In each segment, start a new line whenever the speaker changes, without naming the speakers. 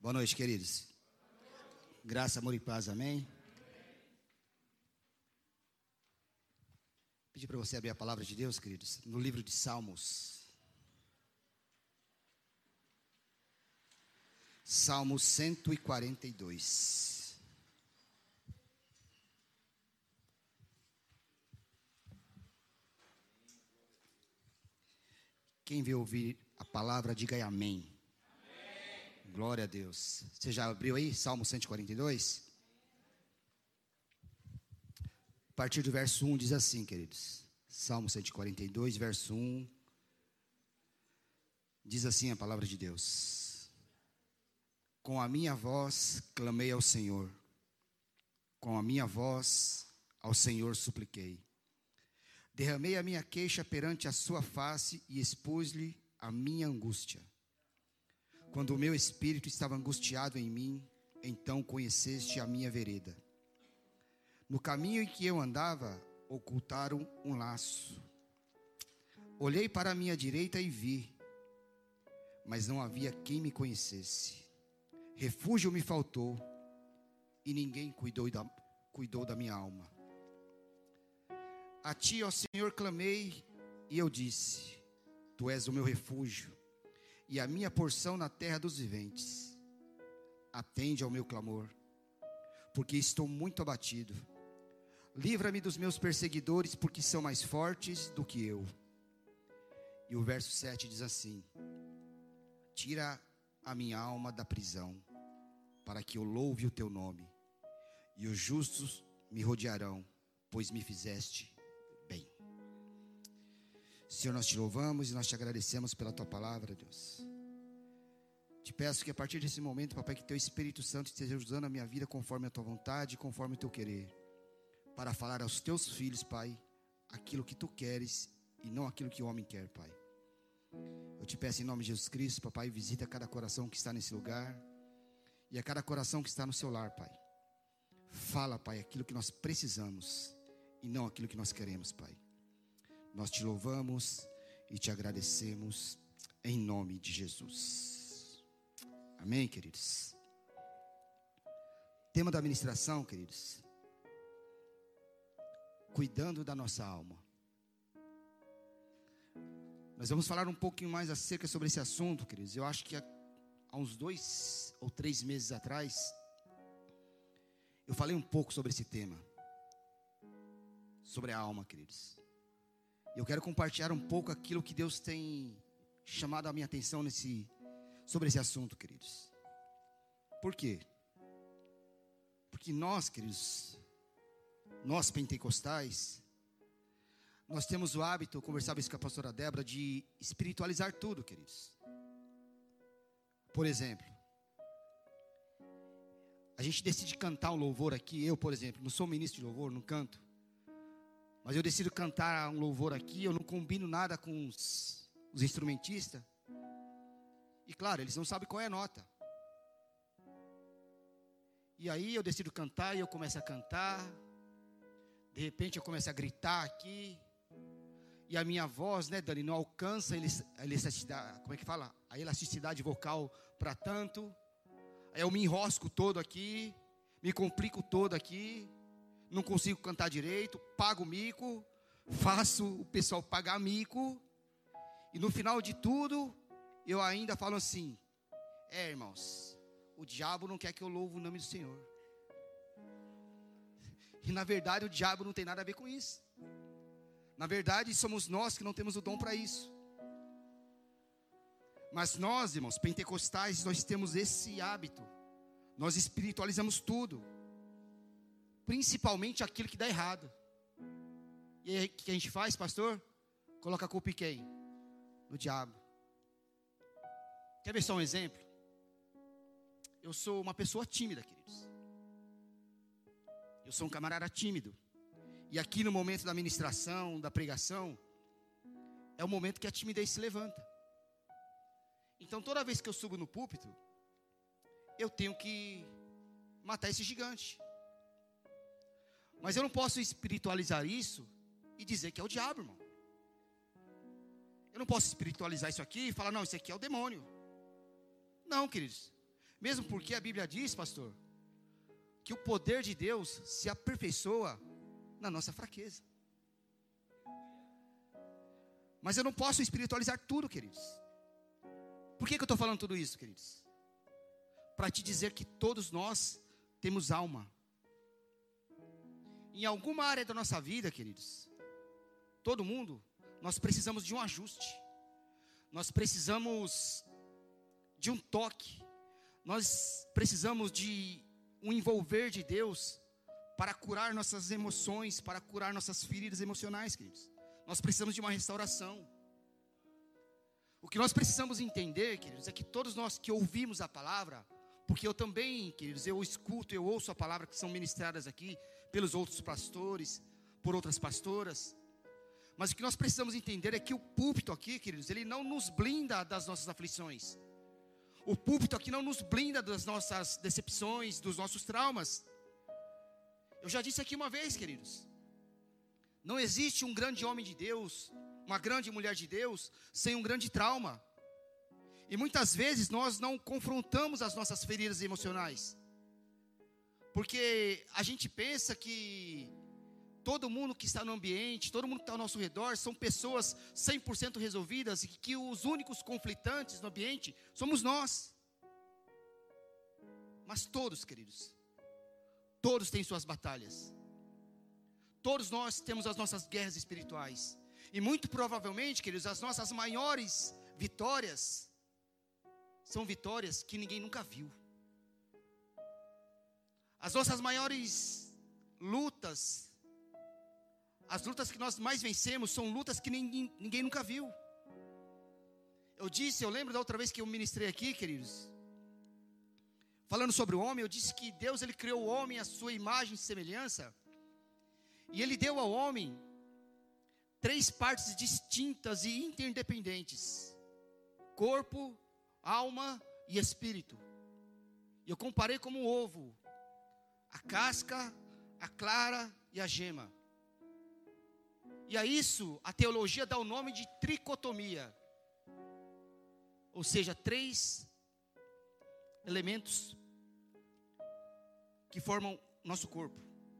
Boa noite, queridos. Graça, amor e paz, amém? Pedi para você abrir a palavra de Deus, queridos, no livro de Salmos. Salmo 142. Quem veio ouvir a palavra, diga aí amém. Glória a Deus. Você já abriu aí? Salmo 142? A partir do verso 1 diz assim, queridos. Salmo 142, verso 1. Diz assim a palavra de Deus. Com a minha voz clamei ao Senhor. Com a minha voz ao Senhor supliquei. Derramei a minha queixa perante a sua face e expus-lhe a minha angústia. Quando o meu espírito estava angustiado em mim, então conheceste a minha vereda. No caminho em que eu andava, ocultaram um laço. Olhei para a minha direita e vi, mas não havia quem me conhecesse. Refúgio me faltou, e ninguém cuidou da minha alma. A ti, ó Senhor, clamei, e eu disse, tu és o meu refúgio, e a minha porção na terra dos viventes. Atende ao meu clamor, porque estou muito abatido. Livra-me dos meus perseguidores, porque são mais fortes do que eu. E o verso 7 diz assim: tira a minha alma da prisão, para que eu louve o teu nome, e os justos me rodearão, pois me fizeste bem. Senhor, nós te louvamos e nós te agradecemos pela tua palavra, Deus. Te peço que a partir desse momento, papai, que teu Espírito Santo esteja usando a minha vida conforme a tua vontade, conforme o teu querer, para falar aos teus filhos, Pai, aquilo que tu queres e não aquilo que o homem quer, Pai. Eu te peço em nome de Jesus Cristo, papai, visita cada coração que está nesse lugar e a cada coração que está no seu lar, Pai. Fala, Pai, aquilo que nós precisamos e não aquilo que nós queremos, Pai. Nós te louvamos e te agradecemos em nome de Jesus. Amém, queridos? Tema da ministração, queridos: cuidando da nossa alma. Nós vamos falar um pouquinho mais acerca sobre esse assunto, queridos. Eu acho que há uns 2 ou 3 meses atrás, eu falei um pouco sobre esse tema, sobre a alma, queridos. Eu quero compartilhar um pouco aquilo que Deus tem chamado a minha atenção sobre esse assunto, queridos. Por quê? Porque nós, queridos, nós pentecostais, nós temos o hábito, eu conversava isso com a pastora Débora, de espiritualizar tudo, queridos. Por exemplo, a gente decide cantar um louvor aqui. Eu, por exemplo, não sou ministro de louvor, não canto. Mas eu decido cantar um louvor aqui, eu não combino nada com os instrumentistas. E claro, eles não sabem qual é a nota. E aí eu decido cantar e eu começo a cantar. De repente eu começo a gritar aqui. E a minha voz, né, Dani, não alcança a elasticidade, como é que fala? A elasticidade vocal para tanto. Aí eu me enrosco todo aqui, me complico todo aqui. Não consigo cantar direito, pago mico, faço o pessoal pagar mico. E no final de tudo, eu ainda falo assim: irmãos, o diabo não quer que eu louve o nome do Senhor. E na verdade o diabo não tem nada a ver com isso. Na verdade somos nós que não temos o dom para isso. Mas nós, irmãos, pentecostais, nós temos esse hábito. Nós espiritualizamos tudo, principalmente aquilo que dá errado. E aí o que a gente faz, pastor? Coloca a culpa em quem? No diabo. Quer ver só um exemplo? Eu sou uma pessoa tímida, queridos. Eu sou um camarada tímido. E aqui no momento da ministração, da pregação, é o momento que a timidez se levanta. Então toda vez que eu subo no púlpito, eu tenho que matar esse gigante. Mas eu não posso espiritualizar isso e dizer que é o diabo, irmão. Eu não posso espiritualizar isso aqui e falar, não, isso aqui é o demônio. Não, queridos. Mesmo porque a Bíblia diz, pastor, que o poder de Deus se aperfeiçoa na nossa fraqueza. Mas eu não posso espiritualizar tudo, queridos. Por que eu estou falando tudo isso, queridos? Para te dizer que todos nós temos alma. Em alguma área da nossa vida, queridos, todo mundo, nós precisamos de um ajuste. Nós precisamos de um toque. Nós precisamos de um envolver de Deus para curar nossas emoções, para curar nossas feridas emocionais, queridos. Nós precisamos de uma restauração. O que nós precisamos entender, queridos, é que todos nós que ouvimos a palavra, porque eu também, queridos, eu escuto, eu ouço a palavra que são ministradas aqui pelos outros pastores, por outras pastoras. Mas o que nós precisamos entender é que o púlpito aqui, queridos, ele não nos blinda das nossas aflições. O púlpito aqui não nos blinda das nossas decepções, dos nossos traumas. Eu já disse aqui uma vez, queridos, não existe um grande homem de Deus, uma grande mulher de Deus, sem um grande trauma. E muitas vezes nós não confrontamos as nossas feridas emocionais. Porque a gente pensa que todo mundo que está no ambiente, todo mundo que está ao nosso redor, são pessoas 100% resolvidas, e que os únicos conflitantes no ambiente somos nós. Mas todos, queridos, todos têm suas batalhas. Todos nós temos as nossas guerras espirituais. E muito provavelmente, queridos, as nossas maiores vitórias são vitórias que ninguém nunca viu. As nossas maiores lutas, as lutas que nós mais vencemos, são lutas que ninguém nunca viu. Eu lembro da outra vez que eu ministrei aqui, queridos, falando sobre o homem, eu disse que Deus, ele criou o homem à sua imagem e semelhança, e ele deu ao homem 3 partes distintas e interdependentes: corpo, alma e espírito. E eu comparei como um ovo: a casca, a clara e a gema. E a isso, a teologia dá o nome de tricotomia. Ou seja, 3 elementos que formam nosso corpo.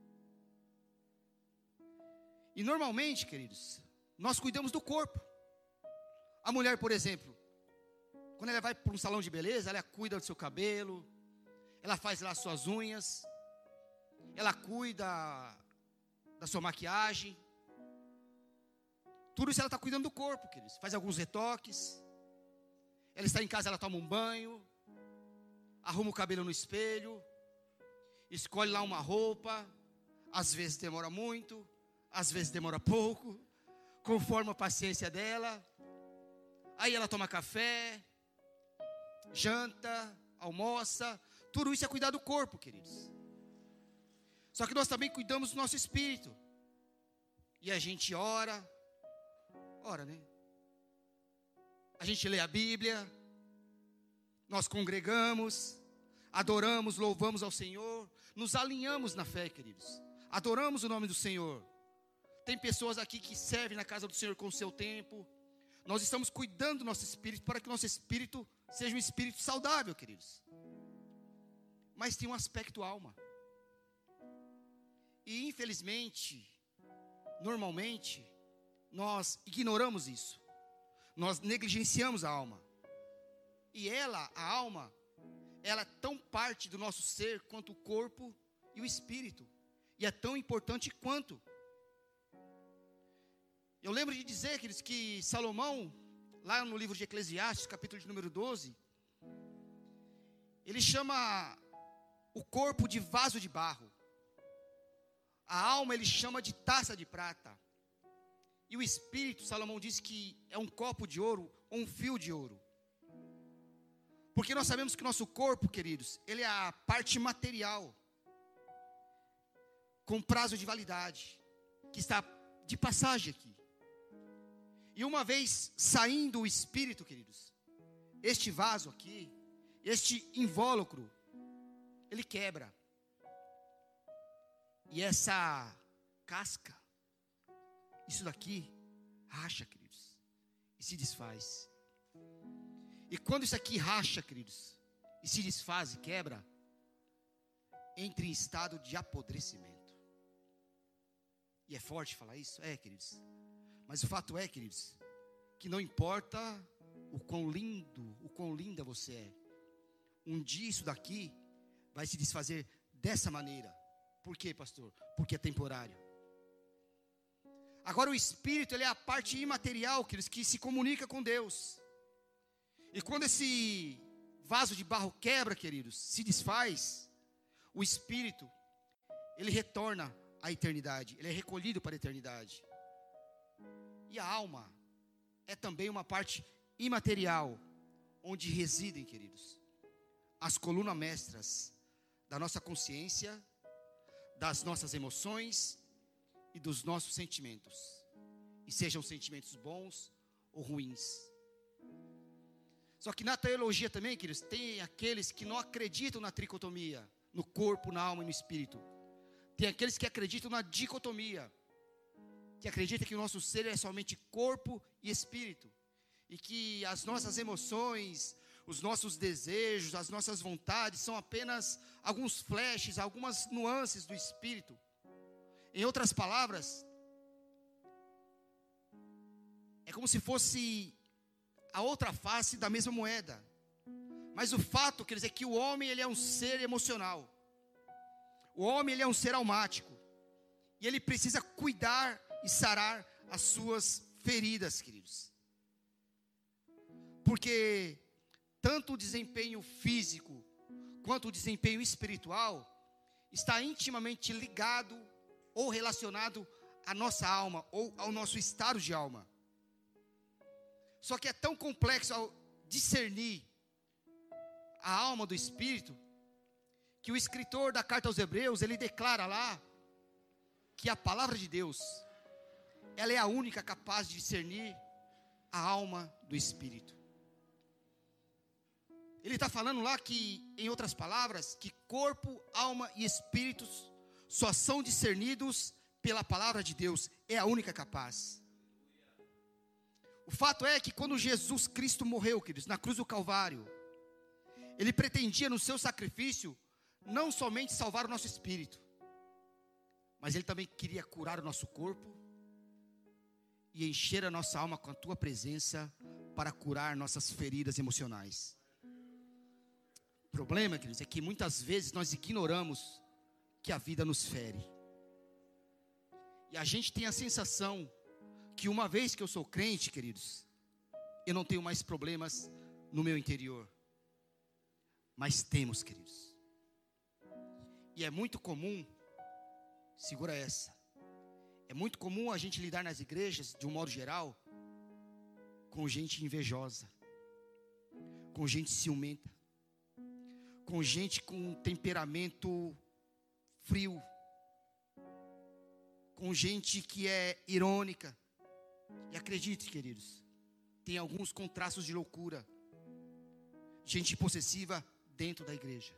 E normalmente, queridos, nós cuidamos do corpo. A mulher, por exemplo, quando ela vai para um salão de beleza, ela cuida do seu cabelo, ela faz lá suas unhas, ela cuida da sua maquiagem. Tudo isso ela está cuidando do corpo, queridos. Faz alguns retoques. Ela está em casa, ela toma um banho, arruma o cabelo no espelho, escolhe lá uma roupa. Às vezes demora muito, às vezes demora pouco, conforme a paciência dela. Aí ela toma café, janta, almoça. Tudo isso é cuidar do corpo, queridos. Só que nós também cuidamos do nosso espírito. E a gente ora, né? A gente lê a Bíblia, nós congregamos, adoramos, louvamos ao Senhor, nos alinhamos na fé, queridos. Adoramos o nome do Senhor. Tem pessoas aqui que servem na casa do Senhor com o seu tempo. Nós estamos cuidando do nosso espírito para que o nosso espírito seja um espírito saudável, queridos. Mas tem um aspecto alma. E infelizmente, normalmente, nós ignoramos isso. Nós negligenciamos a alma. E a alma, ela é tão parte do nosso ser quanto o corpo e o espírito. E é tão importante quanto. Eu lembro de dizer, queridos, que Salomão, lá no livro de Eclesiastes, capítulo de número 12, ele chama o corpo de vaso de barro. A alma ele chama de taça de prata. E o espírito, Salomão diz que é um copo de ouro ou um fio de ouro. Porque nós sabemos que o nosso corpo, queridos, ele é a parte material, com prazo de validade, que está de passagem aqui. E uma vez saindo o espírito, queridos, este vaso aqui, este invólucro, ele quebra. E essa casca, isso daqui, racha, queridos, e se desfaz. E quando isso aqui racha, queridos, e se desfaz e quebra, entra em estado de apodrecimento. E é forte falar isso? É, queridos. Mas o fato é, queridos, que não importa o quão lindo, o quão linda você é, um dia isso daqui vai se desfazer dessa maneira. Por quê, pastor? Porque é temporário. Agora o Espírito, ele é a parte imaterial, queridos, que se comunica com Deus. E quando esse vaso de barro quebra, queridos, se desfaz, o Espírito, ele retorna à eternidade, ele é recolhido para a eternidade. E a alma é também uma parte imaterial, onde residem, queridos, as colunas mestras da nossa consciência, das nossas emoções e dos nossos sentimentos, e sejam sentimentos bons ou ruins. Só que na teologia também, queridos, tem aqueles que não acreditam na tricotomia, no corpo, na alma e no espírito. Tem aqueles que acreditam na dicotomia, que acreditam que o nosso ser é somente corpo e espírito, e que as nossas emoções, os nossos desejos, as nossas vontades são apenas alguns flashes, algumas nuances do espírito. Em outras palavras, é como se fosse a outra face da mesma moeda. Mas o fato, quer dizer, é que o homem, ele é um ser emocional. O homem, ele é um ser almático. E ele precisa cuidar e sarar as suas feridas, queridos. Porque tanto o desempenho físico quanto o desempenho espiritual está intimamente ligado ou relacionado à nossa alma ou ao nosso estado de alma. Só que é tão complexo ao discernir a alma do espírito, que o escritor da carta aos Hebreus, ele declara lá que a palavra de Deus, ela é a única capaz de discernir a alma do espírito. Ele está falando lá que, em outras palavras, que corpo, alma e espíritos só são discernidos pela palavra de Deus, é a única capaz. O fato é que quando Jesus Cristo morreu, queridos, na cruz do Calvário, ele pretendia no seu sacrifício não somente salvar o nosso espírito, mas ele também queria curar o nosso corpo e encher a nossa alma com a tua presença para curar nossas feridas emocionais. O problema, queridos, é que muitas vezes nós ignoramos que a vida nos fere. E a gente tem a sensação que uma vez que eu sou crente, queridos, eu não tenho mais problemas no meu interior. Mas temos, queridos. E é muito comum, segura essa, é muito comum a gente lidar nas igrejas, de um modo geral, com gente invejosa, com gente ciumenta, com gente com temperamento frio, com gente que é irônica. E acredite, queridos, tem alguns contrastes de loucura, gente possessiva dentro da igreja.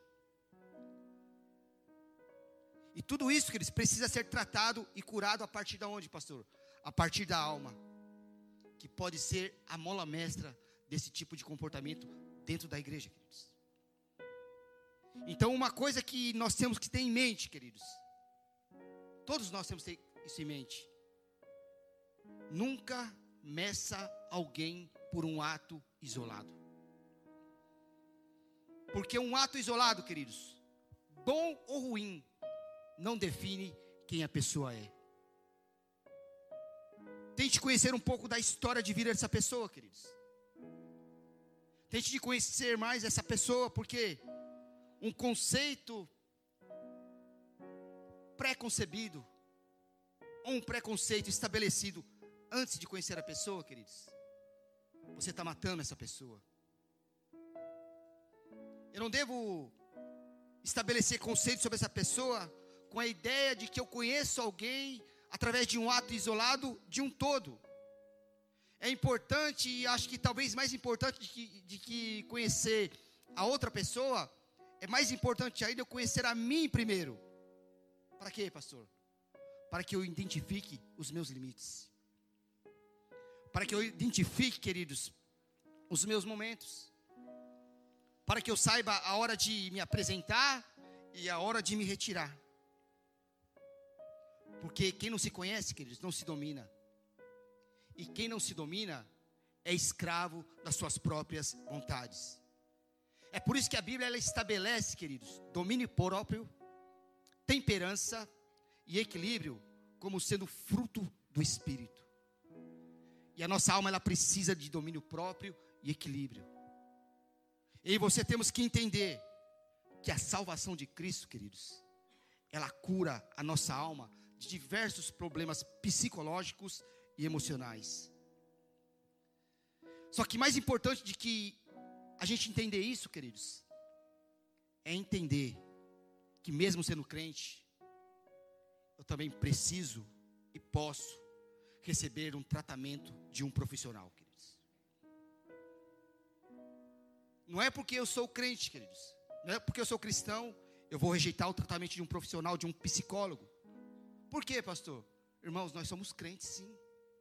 E tudo isso, queridos, precisa ser tratado e curado a partir de onde, pastor? A partir da alma, que pode ser a mola mestra desse tipo de comportamento dentro da igreja, queridos. Então, uma coisa que nós temos que ter em mente, queridos, todos nós temos que ter isso em mente: nunca meça alguém por um ato isolado. Porque um ato isolado, queridos, bom ou ruim, não define quem a pessoa é. Tente conhecer um pouco da história de vida dessa pessoa, queridos. Tente de conhecer mais essa pessoa, porque um conceito pré-concebido, ou um preconceito estabelecido antes de conhecer a pessoa, queridos, você está matando essa pessoa. Eu não devo estabelecer conceitos sobre essa pessoa com a ideia de que eu conheço alguém através de um ato isolado de um todo. É importante, e acho que talvez mais importante de que conhecer a outra pessoa, é mais importante ainda eu conhecer a mim primeiro. Para quê, pastor? Para que eu identifique os meus limites. Para que eu identifique, queridos, os meus momentos. para que eu saiba a hora de me apresentar e a hora de me retirar. Porque quem não se conhece, queridos, não se domina. E quem não se domina é escravo das suas próprias vontades. É por isso que a Bíblia ela estabelece, queridos, domínio próprio, temperança e equilíbrio como sendo fruto do Espírito. E a nossa alma ela precisa de domínio próprio e equilíbrio. E você temos que entender que a salvação de Cristo, queridos, ela cura a nossa alma de diversos problemas psicológicos e emocionais. Só que mais importante de que a gente entender isso, queridos, é entender que mesmo sendo crente, eu também preciso e posso receber um tratamento de um profissional, queridos. Não é porque eu sou crente, queridos, não é porque eu sou cristão, eu vou rejeitar o tratamento de um profissional, de um psicólogo. Por quê, pastor? Irmãos, nós somos crentes sim,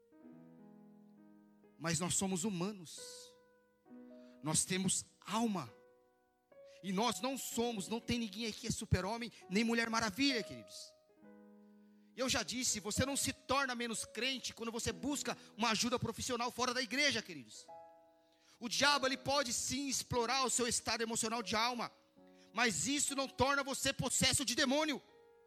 mas nós somos humanos, nós temos alma, e nós não tem ninguém aqui que é super-homem, nem mulher maravilha, queridos. Eu já disse, você não se torna menos crente quando você busca uma ajuda profissional fora da igreja, queridos. O diabo ele pode sim explorar o seu estado emocional de alma, mas isso não torna você possesso de demônio.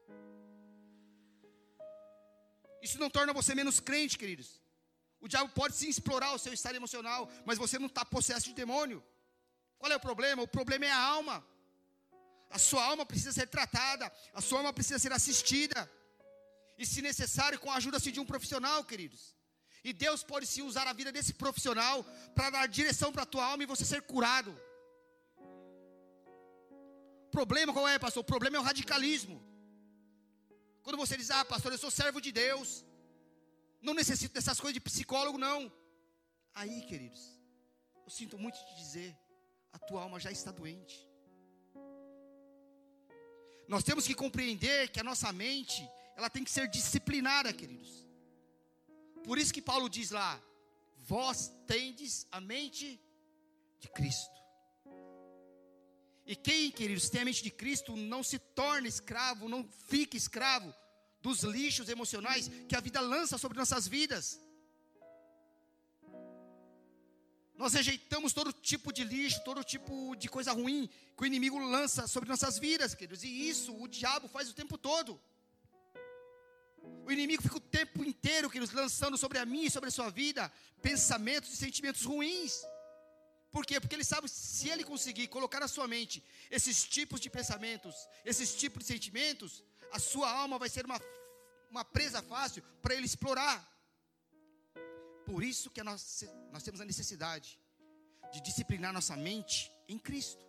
Isso não torna você menos crente, queridos. O diabo pode sim explorar o seu estado emocional, mas você não está possesso de demônio. Qual é o problema? O problema é a alma. A sua alma precisa ser tratada, a sua alma precisa ser assistida. E se necessário, com a ajuda de um profissional, queridos. E Deus pode sim usar a vida desse profissional para dar direção para a tua alma e você ser curado. O problema qual é, pastor? O problema é o radicalismo. Quando você diz, pastor, eu sou servo de Deus, não necessito dessas coisas de psicólogo, não. Aí, queridos, eu sinto muito te dizer, a tua alma já está doente. Nós temos que compreender que a nossa mente, ela tem que ser disciplinada, queridos. Por isso que Paulo diz lá, vós tendes a mente de Cristo. E quem, queridos, tem a mente de Cristo, não se torna escravo, não fica escravo dos lixos emocionais que a vida lança sobre nossas vidas. Nós rejeitamos todo tipo de lixo, todo tipo de coisa ruim que o inimigo lança sobre nossas vidas, queridos. E isso o diabo faz o tempo todo. O inimigo fica o tempo inteiro, queridos, lançando sobre a minha e sobre a sua vida pensamentos e sentimentos ruins. Por quê? Porque ele sabe, se ele conseguir colocar na sua mente esses tipos de pensamentos, esses tipos de sentimentos, a sua alma vai ser uma presa fácil para ele explorar. Por isso que nós temos a necessidade de disciplinar nossa mente em Cristo.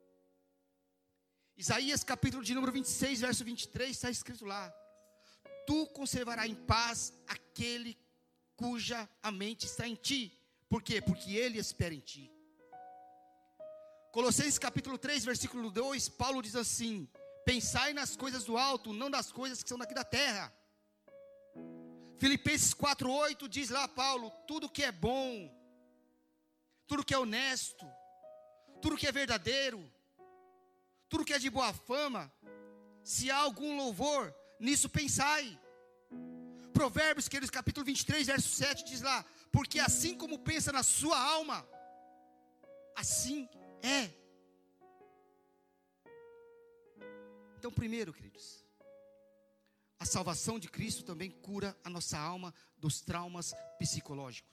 Isaías capítulo de número 26, verso 23, está escrito lá: tu conservarás em paz aquele cuja a mente está em ti. Por quê? Porque ele espera em ti. Colossenses capítulo 3, versículo 2, Paulo diz assim: pensai nas coisas do alto, não nas coisas que são daqui da terra. Filipenses 4:8 diz lá Paulo: tudo que é bom, tudo que é honesto, tudo que é verdadeiro, tudo que é de boa fama, se há algum louvor, nisso pensai. Provérbios, queridos, capítulo 23, verso 7 diz lá: porque assim como pensa na sua alma, assim é. Então, primeiro, queridos, a salvação de Cristo também cura a nossa alma dos traumas psicológicos.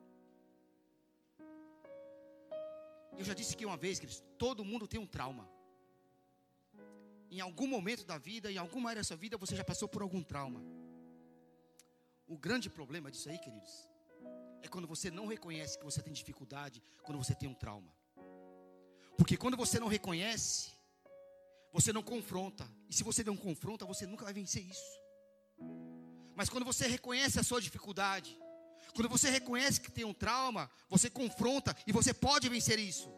Eu já disse aqui uma vez, queridos, todo mundo tem um trauma. Em algum momento da vida, em alguma área da sua vida, você já passou por algum trauma. O grande problema disso aí, queridos, é quando você não reconhece que você tem dificuldade, quando você tem um trauma. Porque quando você não reconhece, você não confronta. E se você não confronta, você nunca vai vencer isso. Mas quando você reconhece a sua dificuldade, quando você reconhece que tem um trauma, você confronta e você pode vencer isso.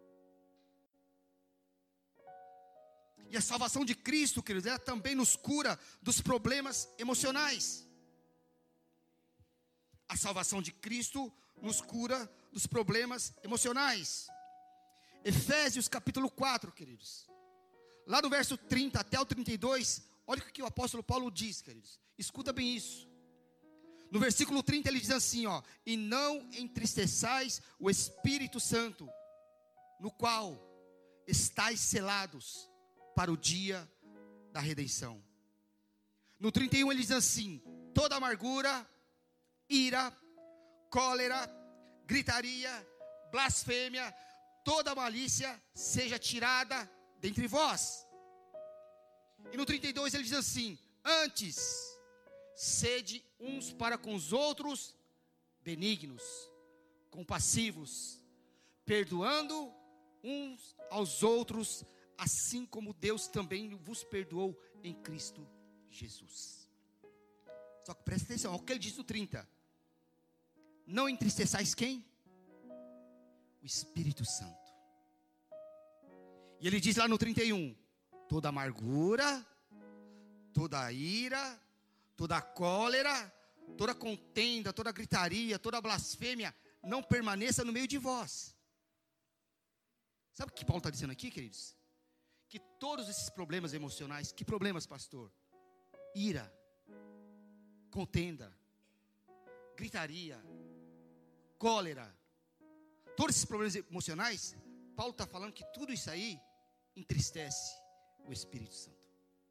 E a salvação de Cristo, queridos, ela também nos cura dos problemas emocionais. A salvação de Cristo nos cura dos problemas emocionais. Efésios capítulo 4, queridos. Lá no verso 30 até o 32, olha o que o apóstolo Paulo diz, queridos. Escuta bem isso. No versículo 30 ele diz assim, ó: e não entristeçais o Espírito Santo, no qual estáis selados para o dia da redenção. No 31 ele diz assim: toda amargura, ira, cólera, gritaria, blasfêmia, toda malícia seja tirada dentre vós. E no 32 ele diz assim: antes, sede uns para com os outros benignos, compassivos, perdoando uns aos outros, assim como Deus também vos perdoou em Cristo Jesus. Só que presta atenção, olha o que ele diz no 30. Não entristeçais quem? O Espírito Santo. E ele diz lá no 31, toda amargura, toda ira, toda cólera, toda contenda, toda gritaria, toda blasfêmia, não permaneça no meio de vós. Sabe o que Paulo está dizendo aqui, queridos? Que todos esses problemas emocionais, que problemas, pastor? Ira, contenda, gritaria, cólera, todos esses problemas emocionais, Paulo está falando que tudo isso aí entristece o Espírito Santo.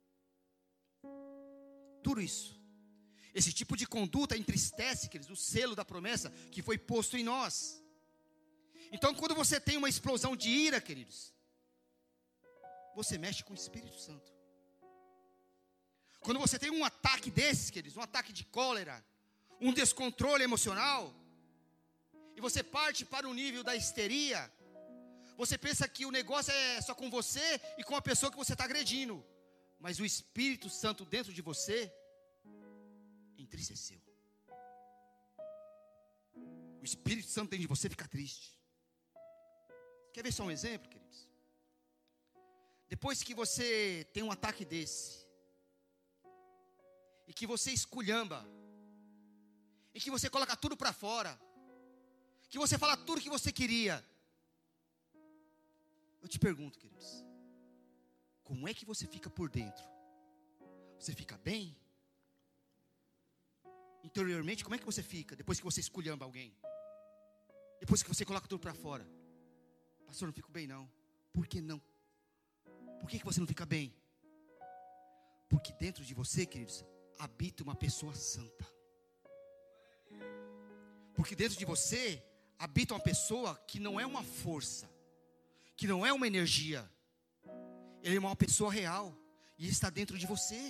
Tudo isso, esse tipo de conduta entristece, queridos, o selo da promessa que foi posto em nós. Então, quando você tem uma explosão de ira, queridos, você mexe com o Espírito Santo. Quando você tem um ataque desses, queridos, um ataque de cólera, um descontrole emocional, e você parte para o nível da histeria, você pensa que o negócio é só com você e com a pessoa que você está agredindo, mas o Espírito Santo dentro de você entristeceu. O Espírito Santo dentro de você fica triste. Quer ver só um exemplo, queridos? Depois que você tem um ataque desse, e que você esculhamba, e que você coloca tudo para fora, que você fala tudo que você queria, eu te pergunto, queridos, como é que você fica por dentro? Você fica bem? Interiormente, como é que você fica depois que você esculhamba alguém? Depois que você coloca tudo para fora? Pastor, não fico bem não. Por que não? Por que você não fica bem? Porque dentro de você, queridos, habita uma pessoa santa. Porque dentro de você habita uma pessoa que não é uma força, que não é uma energia. Ele é uma pessoa real e está dentro de você.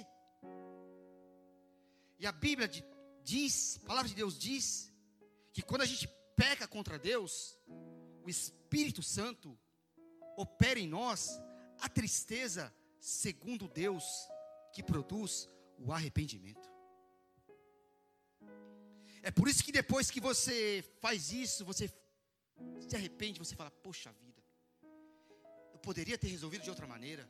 E a Bíblia diz, a palavra de Deus diz, que quando a gente peca contra Deus, o Espírito Santo opera em nós a tristeza segundo Deus, que produz o arrependimento. É por isso que depois que você faz isso, você se arrepende, você fala: poxa vida, eu poderia ter resolvido de outra maneira,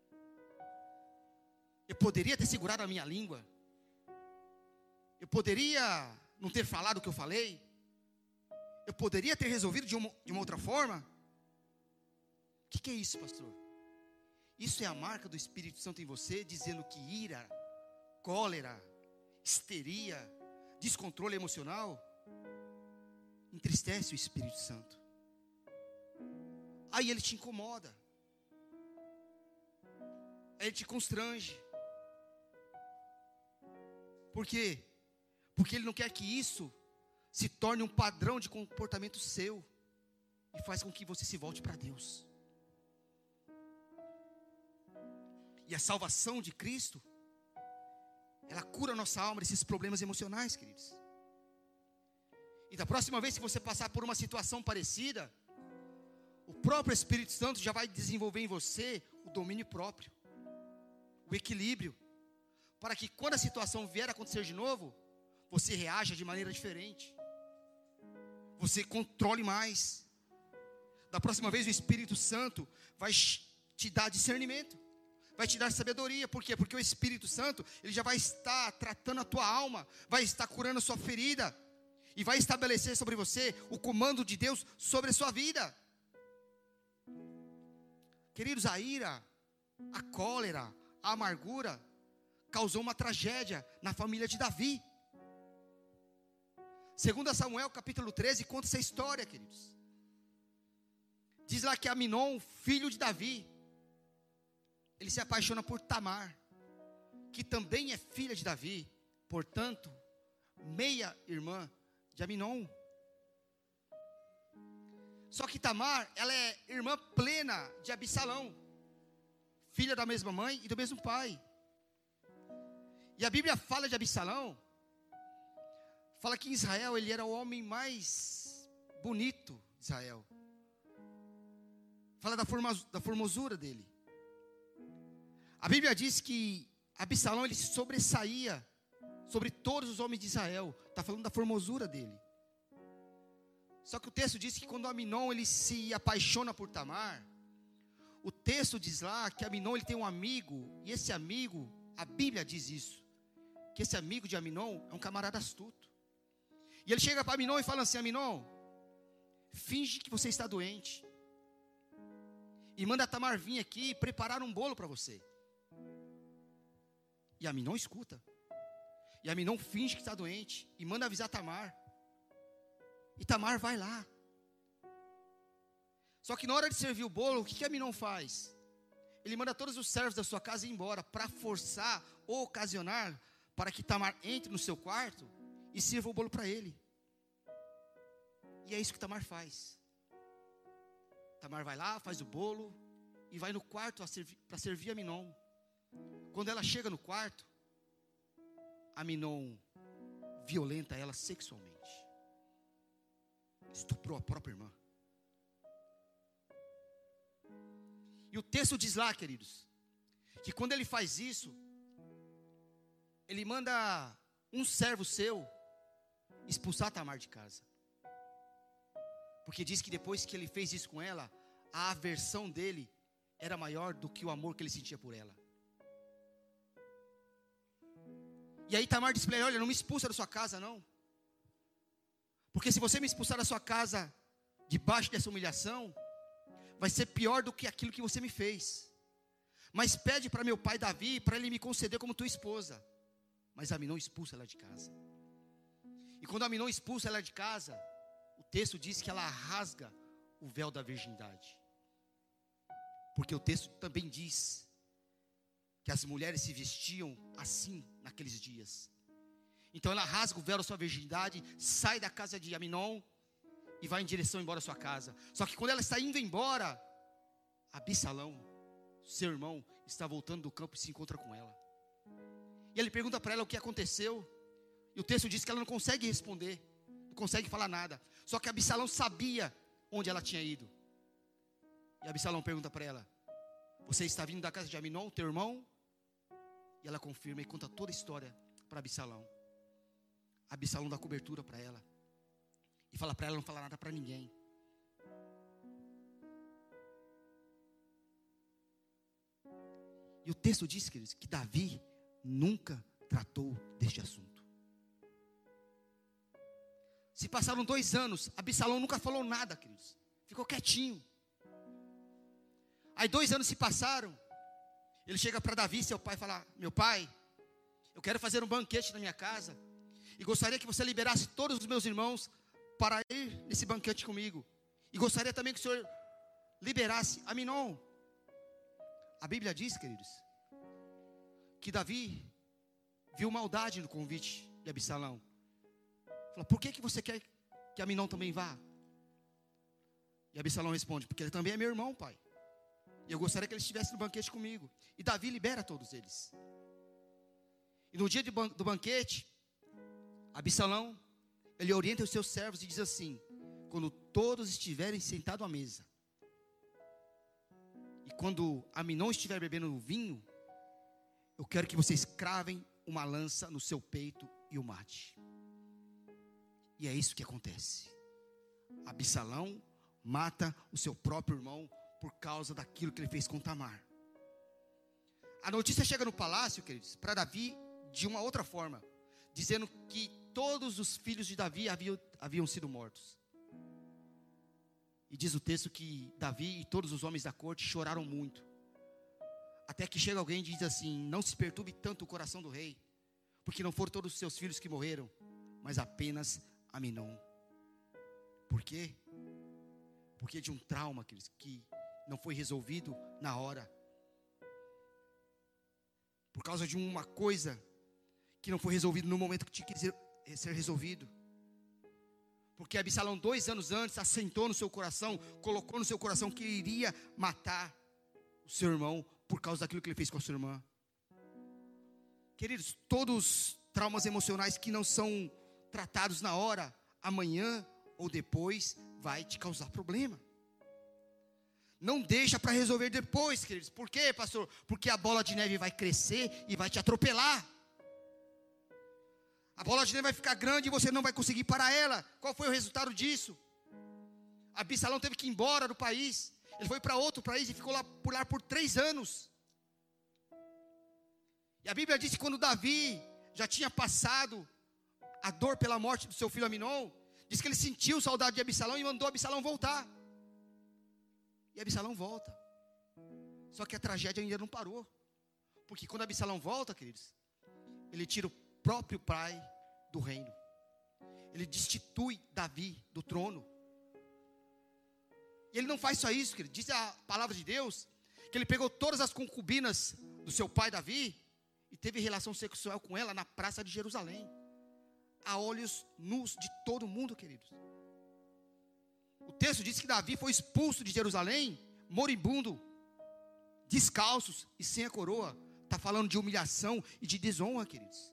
eu poderia ter segurado a minha língua, eu poderia não ter falado o que eu falei, eu poderia ter resolvido de uma outra forma. O que é isso, pastor? Isso é a marca do Espírito Santo em você, dizendo que ira, cólera, histeria, descontrole emocional entristece o Espírito Santo. Aí ele te incomoda, aí ele te constrange. Por quê? Porque ele não quer que isso se torne um padrão de comportamento seu e faz com que você se volte para Deus. E a salvação de Cristo, ela cura a nossa alma desses problemas emocionais, queridos. E da próxima vez que você passar por uma situação parecida, o próprio Espírito Santo já vai desenvolver em você o domínio próprio, o equilíbrio, para que quando a situação vier a acontecer de novo, você reaja de maneira diferente, você controle mais. Da próxima vez o Espírito Santo vai te dar discernimento, vai te dar sabedoria. Por quê? Porque o Espírito Santo, ele já vai estar tratando a tua alma, vai estar curando a sua ferida, e vai estabelecer sobre você o comando de Deus sobre a sua vida. Queridos, a ira, a cólera, a amargura causou uma tragédia na família de Davi. 2 Samuel capítulo 13 conta essa história, queridos. Diz lá que Aminon, filho de Davi, ele se apaixona por Tamar, que também é filha de Davi, portanto, meia irmã de Aminon. Só que Tamar, ela é irmã plena de Absalão, filha da mesma mãe e do mesmo pai. E a Bíblia fala de Absalão, fala que em Israel ele era o homem mais bonito de Israel. Fala da formosura dele. A Bíblia diz que Absalão ele se sobressaía sobre todos os homens de Israel. Está falando da formosura dele. Só que o texto diz que quando Aminon ele se apaixona por Tamar, o texto diz lá que Aminon ele tem um amigo, e esse amigo, a Bíblia diz isso, que esse amigo de Aminon é um camarada astuto. E ele chega para Aminon e fala assim: Aminon, finge que você está doente, e manda a Tamar vir aqui preparar um bolo para você. E Aminon escuta. E Aminon finge que está doente e manda avisar Tamar. E Tamar vai lá. Só que na hora de servir o bolo, o que Aminon faz? Ele manda todos os servos da sua casa ir embora para forçar ou ocasionar para que Tamar entre no seu quarto e sirva o bolo para ele. E é isso que Tamar faz. Tamar vai lá, faz o bolo e vai no quarto para servir Aminon. Quando ela chega no quarto, Aminon violenta ela sexualmente. Estuprou a própria irmã. E o texto diz lá, queridos, que quando ele faz isso, ele manda um servo seu expulsar Tamar de casa. Porque diz que depois que ele fez isso com ela, a aversão dele era maior do que o amor que ele sentia por ela. E aí Tamar disse para ele: olha, não me expulsa da sua casa não. Porque se você me expulsar da sua casa debaixo dessa humilhação, vai ser pior do que aquilo que você me fez. Mas pede para meu pai Davi, para ele me conceder como tua esposa. Mas Aminon expulsa ela de casa. E quando Aminon expulsa ela de casa, o texto diz que ela rasga o véu da virgindade. Porque o texto também diz que as mulheres se vestiam assim naqueles dias. Então ela rasga o véu da sua virgindade, sai da casa de Aminon e vai em direção embora à sua casa. Só que quando ela está indo embora, Absalão, seu irmão, está voltando do campo e se encontra com ela. E ele pergunta para ela o que aconteceu. E o texto diz que ela não consegue responder, não consegue falar nada. Só que Absalão sabia onde ela tinha ido. E Absalão pergunta para ela: você está vindo da casa de Aminon, teu irmão? E ela confirma e conta toda a história para Absalão. Absalão dá cobertura para ela e fala para ela não falar nada para ninguém. E o texto diz, queridos, que Davi nunca tratou deste assunto. Se passaram 2 anos, Absalão nunca falou nada, queridos. Ficou quietinho. Aí 2 anos se passaram. Ele chega para Davi, seu pai, e fala: meu pai, eu quero fazer um banquete na minha casa. E gostaria que você liberasse todos os meus irmãos para ir nesse banquete comigo. E gostaria também que o senhor liberasse Aminon. A Bíblia diz, queridos, que Davi viu maldade no convite de Absalão. Falou: por que você quer que Aminon também vá? E Absalão responde: porque ele também é meu irmão, pai. E eu gostaria que ele estivesse no banquete comigo. E Davi libera todos eles. E no dia do banquete, Absalão, ele orienta os seus servos e diz assim: quando todos estiverem sentados à mesa, e quando Aminon estiver bebendo o vinho, eu quero que vocês cravem uma lança no seu peito e o mate. E é isso que acontece. Absalão mata o seu próprio irmão por causa daquilo que ele fez com Tamar. A notícia chega no palácio, queridos, para Davi de uma outra forma, dizendo que todos os filhos de Davi haviam sido mortos. E diz o texto que Davi e todos os homens da corte choraram muito. Até que chega alguém e diz assim: não se perturbe tanto o coração do rei, porque não foram todos os seus filhos que morreram, mas apenas Aminon. Por quê? Porque de um trauma que não foi resolvido na hora. Por causa de uma coisa que não foi resolvida no momento que tinha que ser resolvido. Porque Absalão 2 anos antes assentou no seu coração, colocou no seu coração que ele iria matar o seu irmão por causa daquilo que ele fez com a sua irmã. Queridos, todos traumas emocionais que não são tratados na hora, amanhã ou depois vai te causar problema. Não deixa para resolver depois, queridos. Por quê, pastor? Porque a bola de neve vai crescer e vai te atropelar. A bola de neve vai ficar grande e você não vai conseguir parar ela. Qual foi o resultado disso? Absalão teve que ir embora do país. Ele foi para outro país e ficou lá por 3 anos. E a Bíblia diz que quando Davi já tinha passado a dor pela morte do seu filho Aminon, diz que ele sentiu saudade de Absalão e mandou Absalão voltar. E Absalão volta. Só que a tragédia ainda não parou. Porque quando Absalão volta, queridos, ele tira o próprio pai do reino. Ele destitui Davi do trono. E ele não faz só isso, querido. Diz a palavra de Deus que ele pegou todas as concubinas do seu pai Davi e teve relação sexual com ela na praça de Jerusalém, a olhos nus de todo mundo, queridos. O texto diz que Davi foi expulso de Jerusalém, moribundo, descalços e sem a coroa. Está falando de humilhação e de desonra, queridos.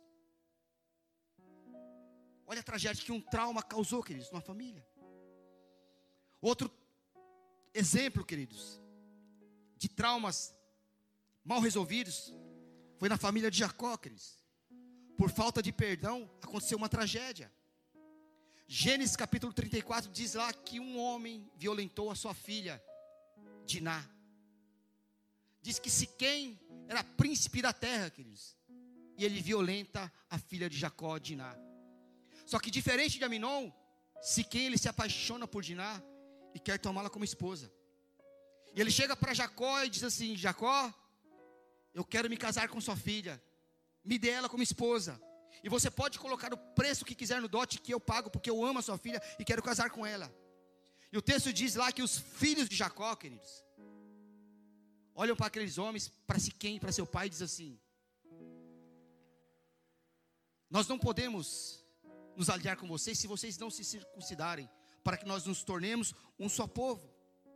Olha a tragédia que um trauma causou, queridos, numa família. Outro exemplo, queridos, de traumas mal resolvidos, foi na família de Jacó, queridos. Por falta de perdão, aconteceu uma tragédia. Gênesis capítulo 34 diz lá que um homem violentou a sua filha, Diná. Diz que Siquém era príncipe da terra, queridos. E ele violenta a filha de Jacó, Diná. Só que diferente de Aminon, Siquém ele se apaixona por Diná e quer tomá-la como esposa. E ele chega para Jacó e diz assim: Jacó, eu quero me casar com sua filha, me dê ela como esposa. E você pode colocar o preço que quiser no dote que eu pago, porque eu amo a sua filha e quero casar com ela. E o texto diz lá que os filhos de Jacó, queridos, olham para aqueles homens, para Siquém, para seu pai, e diz assim: nós não podemos nos aliar com vocês se vocês não se circuncidarem, para que nós nos tornemos um só povo.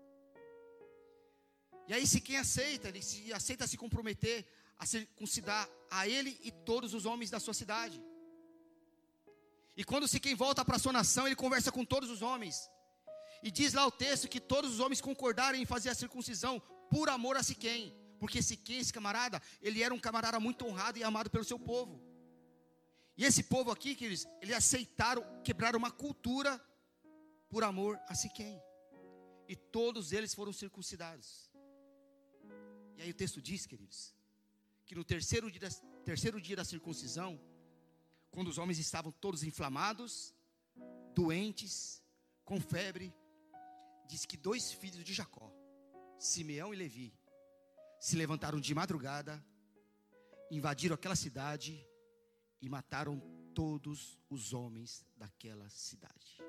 E aí Siquém aceita, aceita se comprometer a circuncidar a ele e todos os homens da sua cidade. E quando Siquém volta para a sua nação, ele conversa com todos os homens. E diz lá o texto que todos os homens concordaram em fazer a circuncisão por amor a Siquém. Porque Siquém, esse camarada, ele era um camarada muito honrado e amado pelo seu povo. E esse povo aqui, queridos, eles aceitaram quebrar uma cultura por amor a Siquém. E todos eles foram circuncidados. E aí o texto diz, queridos, que no terceiro dia da circuncisão, quando os homens estavam todos inflamados, doentes, com febre, diz que 2 filhos de Jacó, Simeão e Levi, se levantaram de madrugada, invadiram aquela cidade e mataram todos os homens daquela cidade,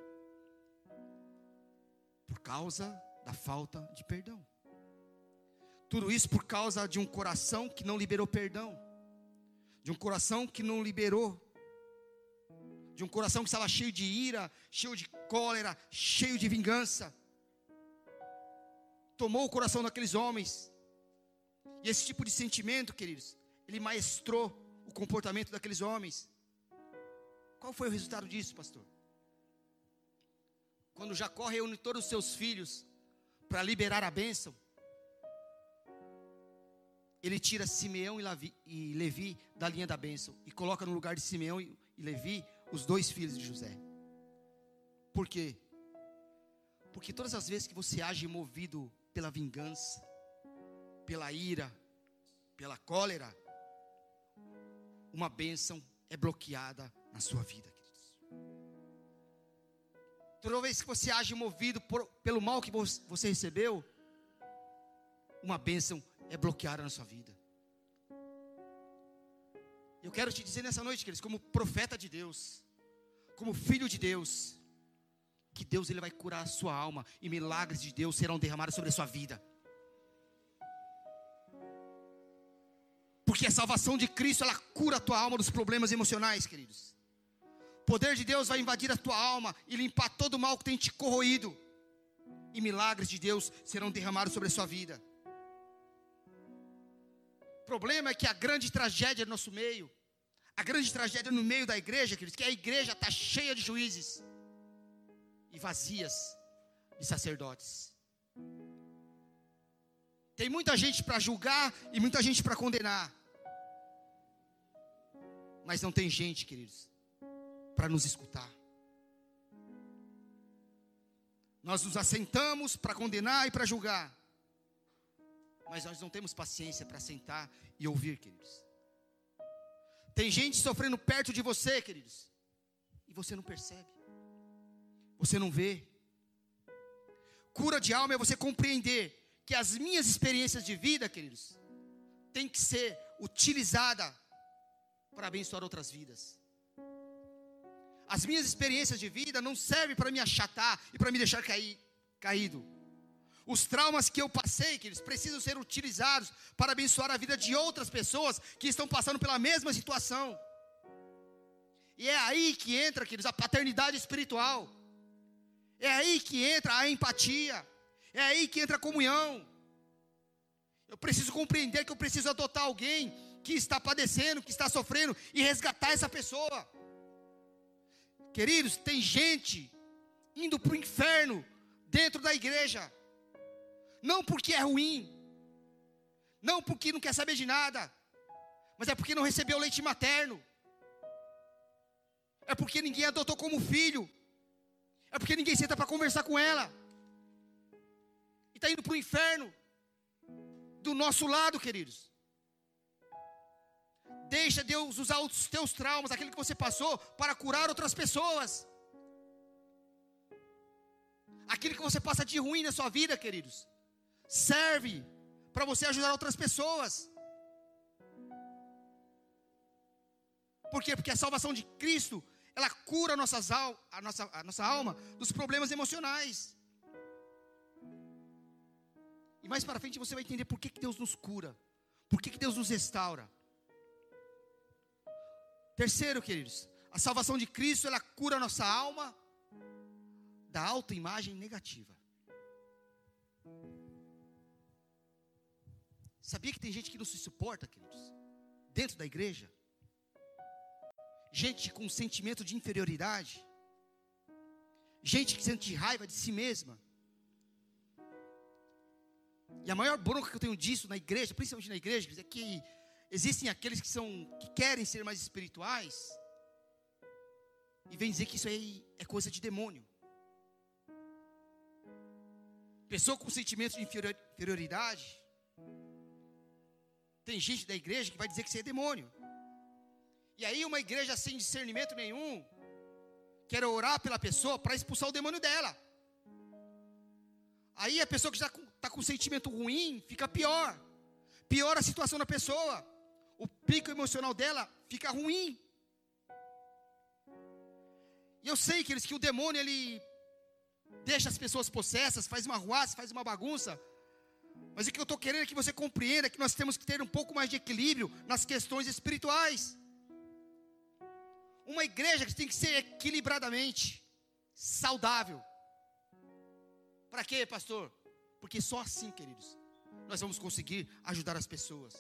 por causa da falta de perdão. Tudo isso por causa de um coração que não liberou perdão, de um coração que não liberou, de um coração que estava cheio de ira, cheio de cólera, cheio de vingança. Tomou o coração daqueles homens. E esse tipo de sentimento, queridos, ele maestrou o comportamento daqueles homens. Qual foi o resultado disso, pastor? Quando Jacó reúne todos os seus filhos para liberar a bênção, ele tira Simeão e Levi da linha da bênção e coloca no lugar de Simeão e Levi os 2 filhos de José. Por quê? Porque todas as vezes que você age movido pela vingança, pela ira, pela cólera, uma bênção é bloqueada na sua vida, queridos. Toda vez que você age movido pelo mal que você recebeu, uma bênção é bloqueada na sua vida. Eu quero te dizer nessa noite, queridos, como profeta de Deus, como filho de Deus, que Deus ele vai curar a sua alma e milagres de Deus serão derramados sobre a sua vida. Porque a salvação de Cristo, ela cura a tua alma dos problemas emocionais, queridos. O poder de Deus vai invadir a tua alma e limpar todo o mal que tem te corroído. E milagres de Deus serão derramados sobre a sua vida. O problema é que a grande tragédia do nosso meio, a grande tragédia no meio da igreja, queridos, que a igreja está cheia de juízes e vazias de sacerdotes. Tem muita gente para julgar e muita gente para condenar. Mas não tem gente, queridos, para nos escutar. Nós nos assentamos para condenar e para julgar. Mas nós não temos paciência para sentar e ouvir, queridos. Tem gente sofrendo perto de você, queridos, e você não percebe. Você não vê. Cura de alma é você compreender que as minhas experiências de vida, queridos, tem que ser utilizada para abençoar outras vidas. As minhas experiências de vida não servem para me achatar e para me deixar caído. Os traumas que eu passei, queridos, precisam ser utilizados para abençoar a vida de outras pessoas que estão passando pela mesma situação. E é aí que entra, queridos, a paternidade espiritual. É aí que entra a empatia. É aí que entra a comunhão. Eu preciso compreender que eu preciso adotar alguém que está padecendo, que está sofrendo, e resgatar essa pessoa. Queridos, tem gente indo para o inferno dentro da igreja. Não porque é ruim, não porque não quer saber de nada, mas é porque não recebeu leite materno. É porque ninguém adotou como filho. É porque ninguém senta para conversar com ela. E está indo para o inferno. Do nosso lado, queridos. Deixa Deus usar os teus traumas, aquilo que você passou, para curar outras pessoas. Aquilo que você passa de ruim na sua vida, queridos, serve para você ajudar outras pessoas. Por quê? Porque a salvação de Cristo, ela cura a nossa alma dos problemas emocionais. E mais para frente você vai entender por que Deus nos cura. Por que Deus nos restaura. Terceiro, queridos, a salvação de Cristo, ela cura a nossa alma da autoimagem negativa. Sabia que tem gente que não se suporta, queridos, dentro da igreja? Gente com sentimento de inferioridade. Gente que sente raiva de si mesma. E a maior bronca que eu tenho disso na igreja, principalmente na igreja, é que existem aqueles que querem ser mais espirituais e vêm dizer que isso aí é coisa de demônio. Pessoa com sentimento de inferioridade. Tem gente da igreja que vai dizer que isso é demônio. E aí uma igreja sem discernimento nenhum quer orar pela pessoa para expulsar o demônio dela. Aí a pessoa que já está com sentimento ruim fica pior. Piora a situação da pessoa. O pico emocional dela fica ruim. E eu sei, queridos, que o demônio, ele deixa as pessoas possessas, faz uma ruaça, faz uma bagunça. Mas o que eu estou querendo é que você compreenda que nós temos que ter um pouco mais de equilíbrio nas questões espirituais. Uma igreja que tem que ser equilibradamente saudável. Para quê, pastor? Porque só assim, queridos, nós vamos conseguir ajudar as pessoas.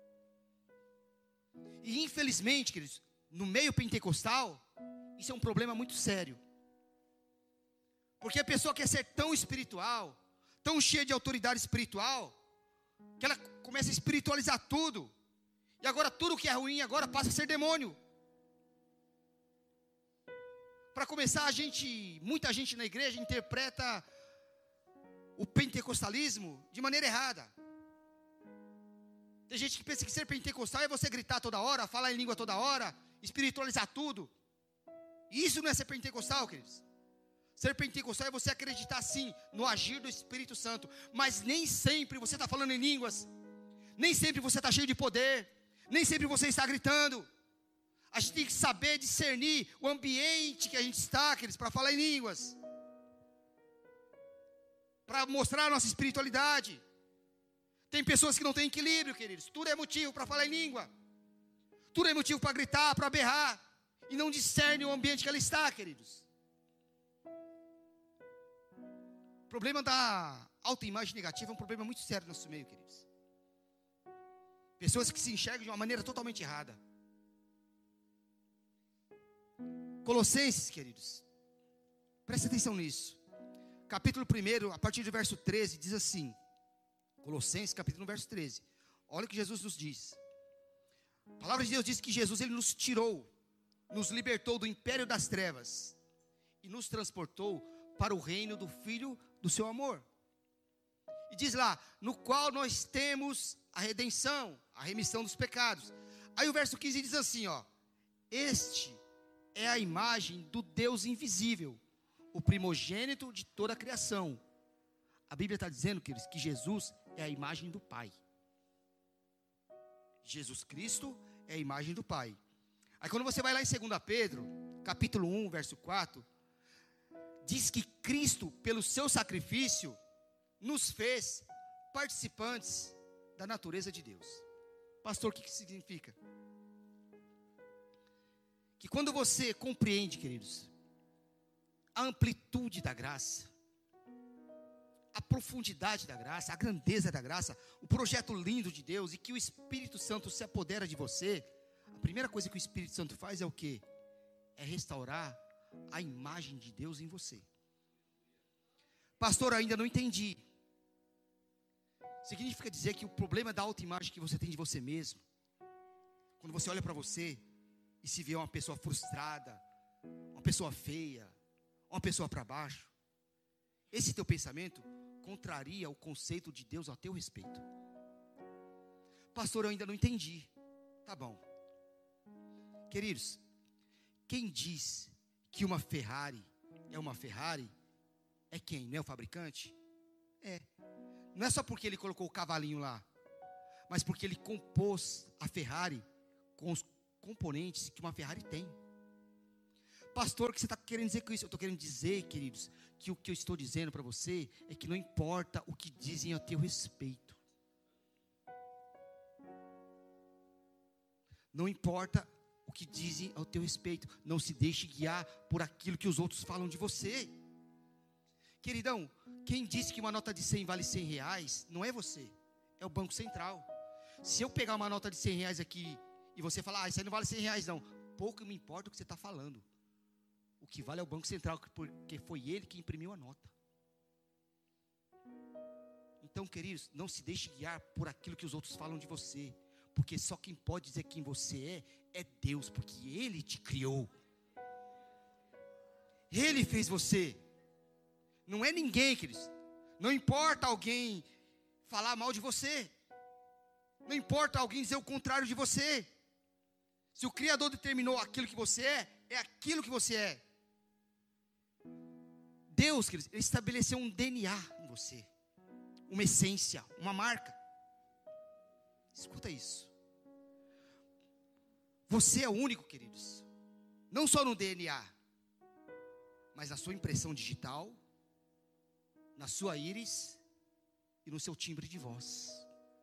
E infelizmente, queridos, no meio pentecostal, isso é um problema muito sério. Porque a pessoa quer ser tão espiritual, tão cheia de autoridade espiritual, que ela começa a espiritualizar tudo. E agora tudo que é ruim agora passa a ser demônio. Para começar, muita gente na igreja interpreta o pentecostalismo de maneira errada. Tem gente que pensa que ser pentecostal é você gritar toda hora, falar em língua toda hora, espiritualizar tudo. E isso não é ser pentecostal, queridos. Ser pentecostal é você acreditar sim no agir do Espírito Santo. Mas nem sempre você está falando em línguas. Nem sempre você está cheio de poder. Nem sempre você está gritando. A gente tem que saber discernir o ambiente que a gente está, queridos, para falar em línguas. Para mostrar a nossa espiritualidade. Tem pessoas que não têm equilíbrio, queridos. Tudo é motivo para falar em língua. Tudo é motivo para gritar, para berrar. E não discerne o ambiente que ela está, queridos. O problema da autoimagem negativa é um problema muito sério no nosso meio, queridos. Pessoas que se enxergam de uma maneira totalmente errada. Colossenses, queridos, presta atenção nisso. Capítulo 1, a partir do verso 13, diz assim. Colossenses, capítulo 1, verso 13. Olha o que Jesus nos diz. A palavra de Deus diz que Jesus, ele nos tirou, nos libertou do império das trevas e nos transportou para o reino do Filho do seu amor. E diz lá, no qual nós temos a redenção, a remissão dos pecados. Aí o verso 15 diz assim, ó. Este é a imagem do Deus invisível, o primogênito de toda a criação. A Bíblia está dizendo, queridos, que Jesus é a imagem do Pai. Jesus Cristo é a imagem do Pai. Aí quando você vai lá em 2 Pedro, capítulo 1, verso 4, diz que Cristo, pelo seu sacrifício, nos fez participantes da natureza de Deus. Pastor, o que isso significa? Que quando você compreende, queridos, a amplitude da graça, a profundidade da graça, a grandeza da graça, o projeto lindo de Deus, e que o Espírito Santo se apodera de você, a primeira coisa que o Espírito Santo faz é o quê? É restaurar a imagem de Deus em você. Pastor, ainda não entendi. Significa dizer que o problema da autoimagem que você tem de você mesmo, quando você olha para você e se vê uma pessoa frustrada, uma pessoa feia, uma pessoa para baixo, esse teu pensamento contraria o conceito de Deus a teu respeito. Pastor, eu ainda não entendi. Tá bom. Queridos, quem diz que uma Ferrari é uma Ferrari, é quem? Não é o fabricante? É. Não é só porque ele colocou o cavalinho lá, mas porque ele compôs a Ferrari com os componentes que uma Ferrari tem. Pastor, o que você está querendo dizer com isso? Eu estou querendo dizer, queridos, que o que eu estou dizendo para você é que não importa o que dizem a teu respeito. Não importa o que dizem ao teu respeito. Não se deixe guiar por aquilo que os outros falam de você. Queridão, quem disse que uma nota de 100 vale 100 reais, não é você, é o Banco Central. Se eu pegar uma nota de 100 reais aqui e você falar, isso aí não vale 100 reais não, pouco me importa o que você está falando. O que vale é o Banco Central, porque foi ele que imprimiu a nota. Então, queridos, não se deixe guiar por aquilo que os outros falam de você, porque só quem pode dizer quem você é Deus, porque Ele te criou. Ele fez você. Não é ninguém, queridos. Não importa alguém falar mal de você. Não importa alguém dizer o contrário de você. Se o Criador determinou aquilo que você é aquilo que você é. Deus, queridos, Ele estabeleceu um DNA em você. Uma essência, uma marca. Escuta isso. Você é o único, queridos. Não só no DNA, mas na sua impressão digital, na sua íris e no seu timbre de voz.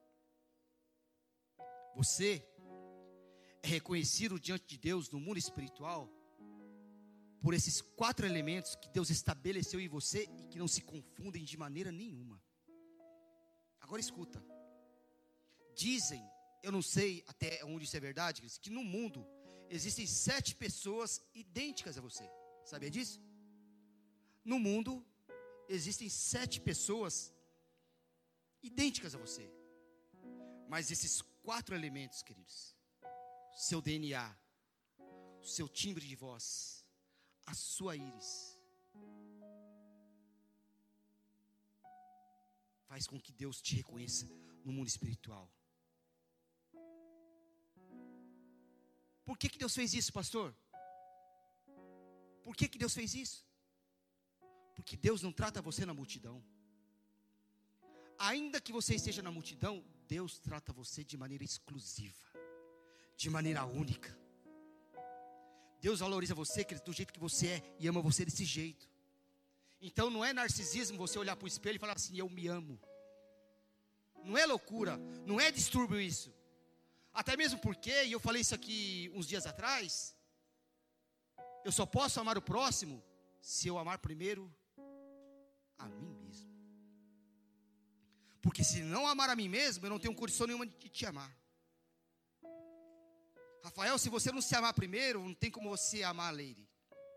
Você é reconhecido diante de Deus no mundo espiritual por esses 4 elementos que Deus estabeleceu em você e que não se confundem de maneira nenhuma. Agora escuta. Dizem, eu não sei até onde isso é verdade, que no mundo existem 7 pessoas idênticas a você. Sabia disso? No mundo existem 7 pessoas idênticas a você. Mas esses 4 elementos, queridos, seu DNA, o seu timbre de voz, a sua íris, faz com que Deus te reconheça no mundo espiritual. Por que Deus fez isso, pastor? Por que Deus fez isso? Porque Deus não trata você na multidão. Ainda que você esteja na multidão, Deus trata você de maneira exclusiva, de maneira única. Deus valoriza você, querido, do jeito que você é, e ama você desse jeito. Então não é narcisismo você olhar para o espelho e falar assim: eu me amo. Não é loucura, não é distúrbio isso. Até mesmo porque, e eu falei isso aqui uns dias atrás, eu só posso amar o próximo se eu amar primeiro a mim mesmo. Porque se não amar a mim mesmo, eu não tenho condição nenhuma de te amar. Rafael, se você não se amar primeiro, não tem como você amar a Leire.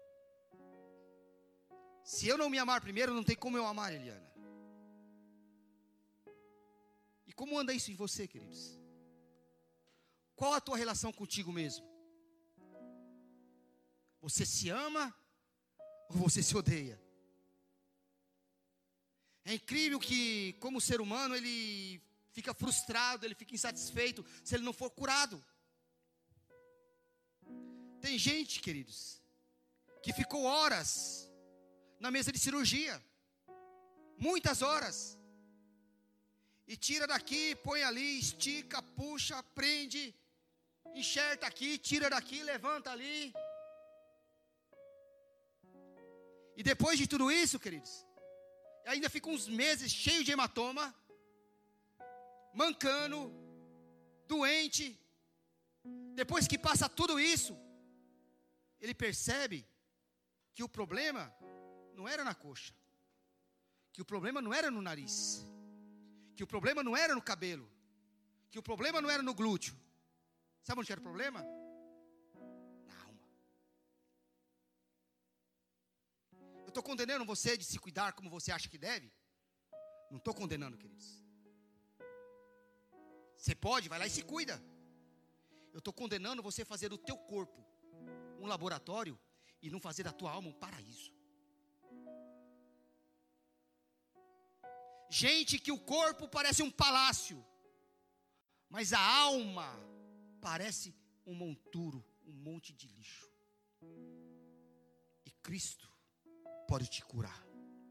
Se eu não me amar primeiro, não tem como eu amar a Eliana. E como anda isso em você, queridos? Qual a tua relação contigo mesmo? Você se ama ou você se odeia? É incrível que, como ser humano, ele fica frustrado, ele fica insatisfeito se ele não for curado. Tem gente, queridos, que ficou horas na mesa de cirurgia, muitas horas, e tira daqui, põe ali, estica, puxa, prende, enxerta aqui, tira daqui, levanta ali. E depois de tudo isso, queridos, ainda fica uns meses cheio de hematoma, mancando, doente. Depois que passa tudo isso, ele percebe que o problema não era na coxa, que o problema não era no nariz, que o problema não era no cabelo, que o problema não era no glúteo. Sabe onde era o problema? Na alma. Eu estou condenando você de se cuidar como você acha que deve? Não estou condenando, queridos. Você pode, vai lá e se cuida. Eu estou condenando você fazer do teu corpo um laboratório e não fazer da tua alma um paraíso. Gente que o corpo parece um palácio, mas a alma parece um monturo, um monte de lixo. E Cristo pode te curar.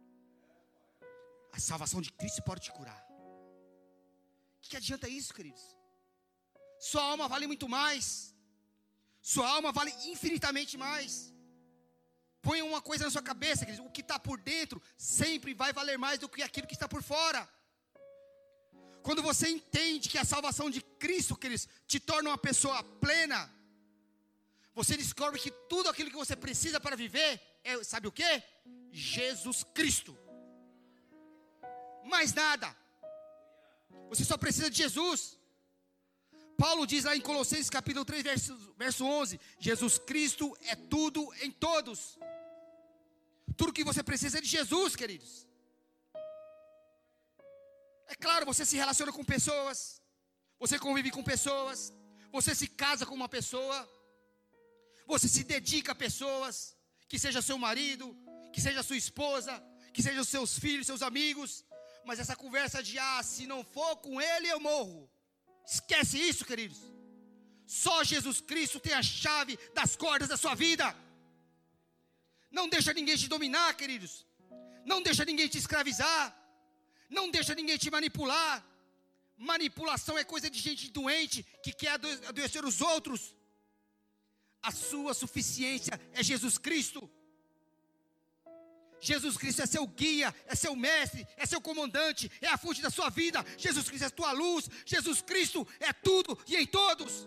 A salvação de Cristo pode te curar. O que adianta isso, queridos? Sua alma vale muito mais. Sua alma vale infinitamente mais. Põe uma coisa na sua cabeça, queridos: o que está por dentro sempre vai valer mais do que aquilo que está por fora. Quando você entende que a salvação de Cristo, queridos, te torna uma pessoa plena, você descobre que tudo aquilo que você precisa para viver é, sabe o quê? Jesus Cristo. Mais nada. Você só precisa de Jesus. Paulo diz lá em Colossenses capítulo 3, verso 11: Jesus Cristo é tudo em todos. Tudo que você precisa é de Jesus, queridos. É claro, você se relaciona com pessoas, você convive com pessoas, você se casa com uma pessoa, você se dedica a pessoas, que seja seu marido, que seja sua esposa, que sejam seus filhos, seus amigos. Mas essa conversa de se não for com ele eu morro, esquece isso, queridos. Só Jesus Cristo tem a chave das cordas da sua vida. Não deixa ninguém te dominar, queridos. Não deixa ninguém te escravizar. Não deixa ninguém te manipular. Manipulação é coisa de gente doente que quer adoecer os outros. A sua suficiência é Jesus Cristo. Jesus Cristo é seu guia, é seu mestre, é seu comandante, é a fonte da sua vida. Jesus Cristo é a tua luz. Jesus Cristo é tudo e em todos.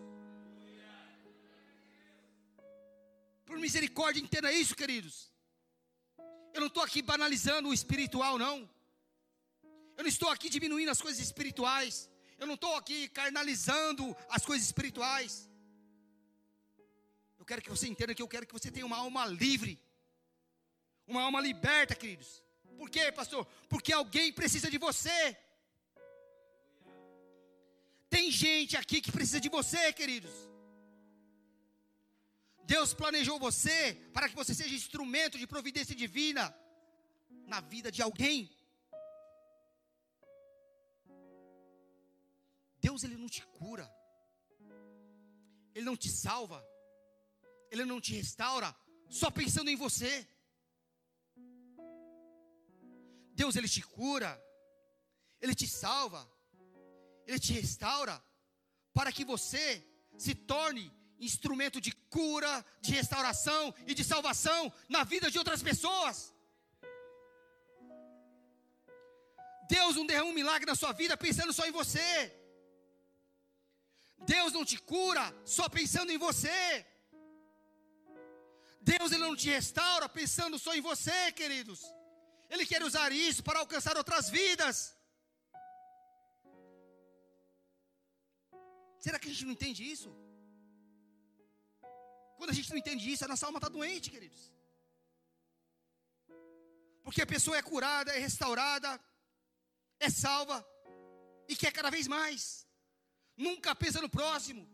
Por misericórdia, entenda isso, queridos. Eu não estou aqui banalizando o espiritual, não. Eu não estou aqui diminuindo as coisas espirituais. Eu não estou aqui carnalizando as coisas espirituais. Eu quero que você entenda que eu quero que você tenha uma alma livre. Uma alma liberta, queridos. Por quê, pastor? Porque alguém precisa de você. Tem gente aqui que precisa de você, queridos. Deus planejou você para que você seja instrumento de providência divina na vida de alguém. Deus, Ele não te cura, Ele não te salva, Ele não te restaura só pensando em você. Deus, Ele te cura, Ele te salva, Ele te restaura, para que você se torne instrumento de cura, de restauração e de salvação na vida de outras pessoas. Deus não derrama um milagre na sua vida pensando só em você. Deus não te cura só pensando em você. Deus, Ele não te restaura pensando só em você, queridos. Ele quer usar isso para alcançar outras vidas. Será que a gente não entende isso? Quando a gente não entende isso, a nossa alma está doente, queridos. Porque a pessoa é curada, é restaurada, é salva e quer cada vez mais. Nunca pensa no próximo.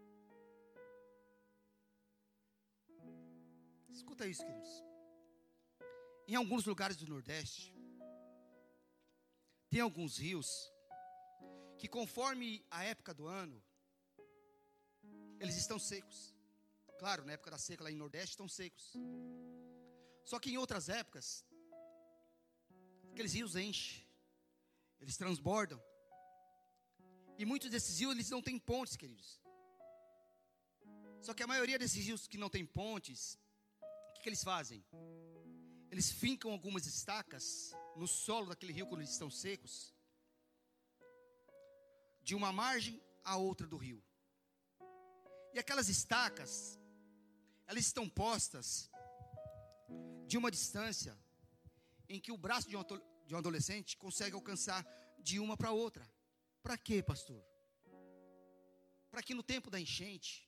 Escuta isso, queridos. Em alguns lugares do Nordeste, tem alguns rios que, conforme a época do ano, eles estão secos. Claro, na época da seca lá em Nordeste estão secos. Só que em outras épocas, aqueles rios enchem, eles transbordam. E muitos desses rios, eles não têm pontes, queridos. Só que a maioria desses rios que não tem pontes, o que eles fazem? Eles fincam algumas estacas no solo daquele rio quando eles estão secos, de uma margem à outra do rio. E aquelas estacas, elas estão postas de uma distância em que o braço de um adolescente consegue alcançar de uma para outra. Para quê, pastor? Para que no tempo da enchente,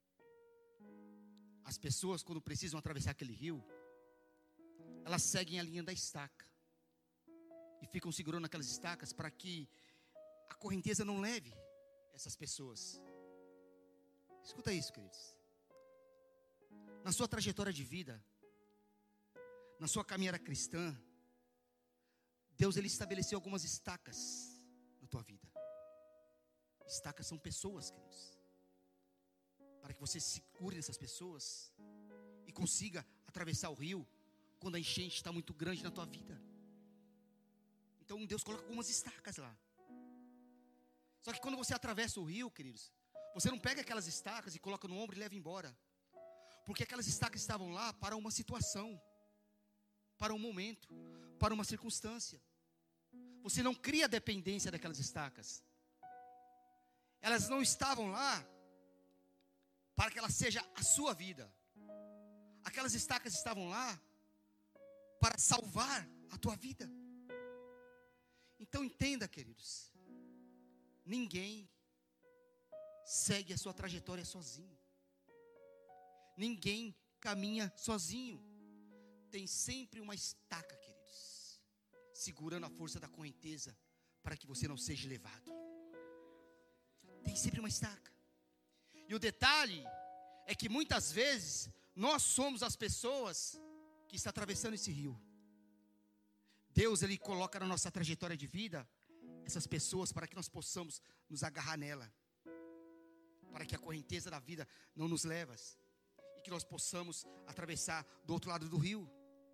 as pessoas, quando precisam atravessar aquele rio, elas seguem a linha da estaca e ficam segurando aquelas estacas para que a correnteza não leve essas pessoas. Escuta isso, queridos. Na sua trajetória de vida, na sua caminhada cristã, Deus, Ele estabeleceu algumas estacas na tua vida. Estacas são pessoas, queridos, para que você se cure dessas pessoas e consiga atravessar o rio quando a enchente está muito grande na tua vida. Então Deus coloca algumas estacas lá. Só que quando você atravessa o rio, queridos, você não pega aquelas estacas e coloca no ombro e leva embora. Porque aquelas estacas estavam lá para uma situação, para um momento, para uma circunstância. Você não cria dependência daquelas estacas. Elas não estavam lá para que ela seja a sua vida. Aquelas estacas estavam lá para salvar a tua vida. Então entenda, queridos, ninguém segue a sua trajetória sozinho. Ninguém caminha sozinho. Tem sempre uma estaca, queridos, segurando a força da correnteza para que você não seja levado. Tem sempre uma estaca. E o detalhe é que muitas vezes nós somos as pessoas que estão atravessando esse rio. Deus, Ele coloca na nossa trajetória de vida essas pessoas para que nós possamos nos agarrar nela, para que a correnteza da vida não nos leve e que nós possamos atravessar do outro lado do rio.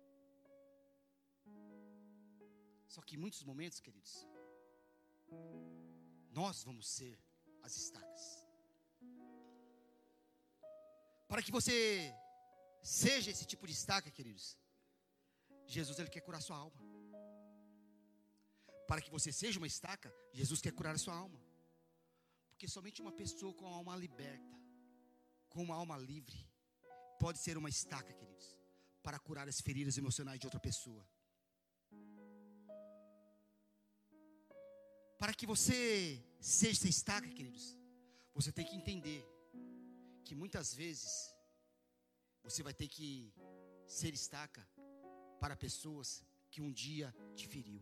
Só que em muitos momentos, queridos, nós vamos ser as estacas. Para que você seja esse tipo de estaca, queridos, Jesus, Ele quer curar sua alma. Para que você seja uma estaca, Jesus quer curar a sua alma. Porque somente uma pessoa com a alma liberta, com uma alma livre, pode ser uma estaca, queridos, para curar as feridas emocionais de outra pessoa. Para que você seja essa estaca, queridos, você tem que entender que muitas vezes você vai ter que ser estaca para pessoas que um dia te feriu.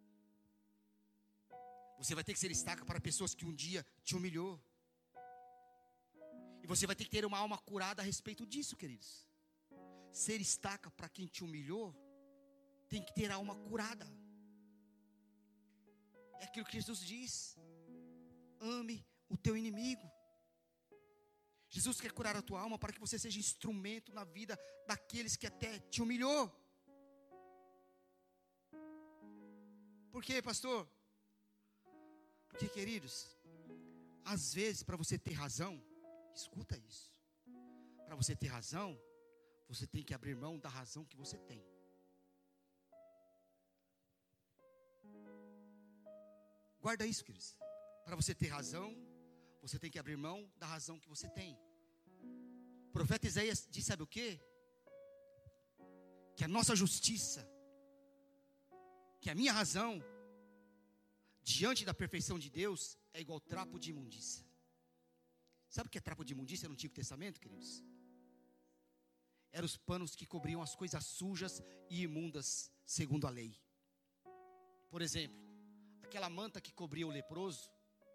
Você vai ter que ser estaca para pessoas que um dia te humilhou. E você vai ter que ter uma alma curada a respeito disso, queridos. Ser estaca para quem te humilhou, tem que ter a alma curada. É aquilo que Jesus diz: ame o teu inimigo. Jesus quer curar a tua alma para que você seja instrumento na vida daqueles que até te humilhou. Por quê, pastor? Porque, queridos, às vezes, para você ter razão, escuta isso. Para você ter razão, você tem que abrir mão da razão que você tem. Guarda isso, queridos. Para você ter razão, você tem que abrir mão da razão que você tem. O profeta Isaías diz, sabe o quê? Que a nossa justiça, que a minha razão, diante da perfeição de Deus, é igual trapo de imundícia. Sabe o que é trapo de imundícia no Antigo Testamento, queridos? Eram os panos que cobriam as coisas sujas e imundas, segundo a lei. Por exemplo, aquela manta que cobria o leproso,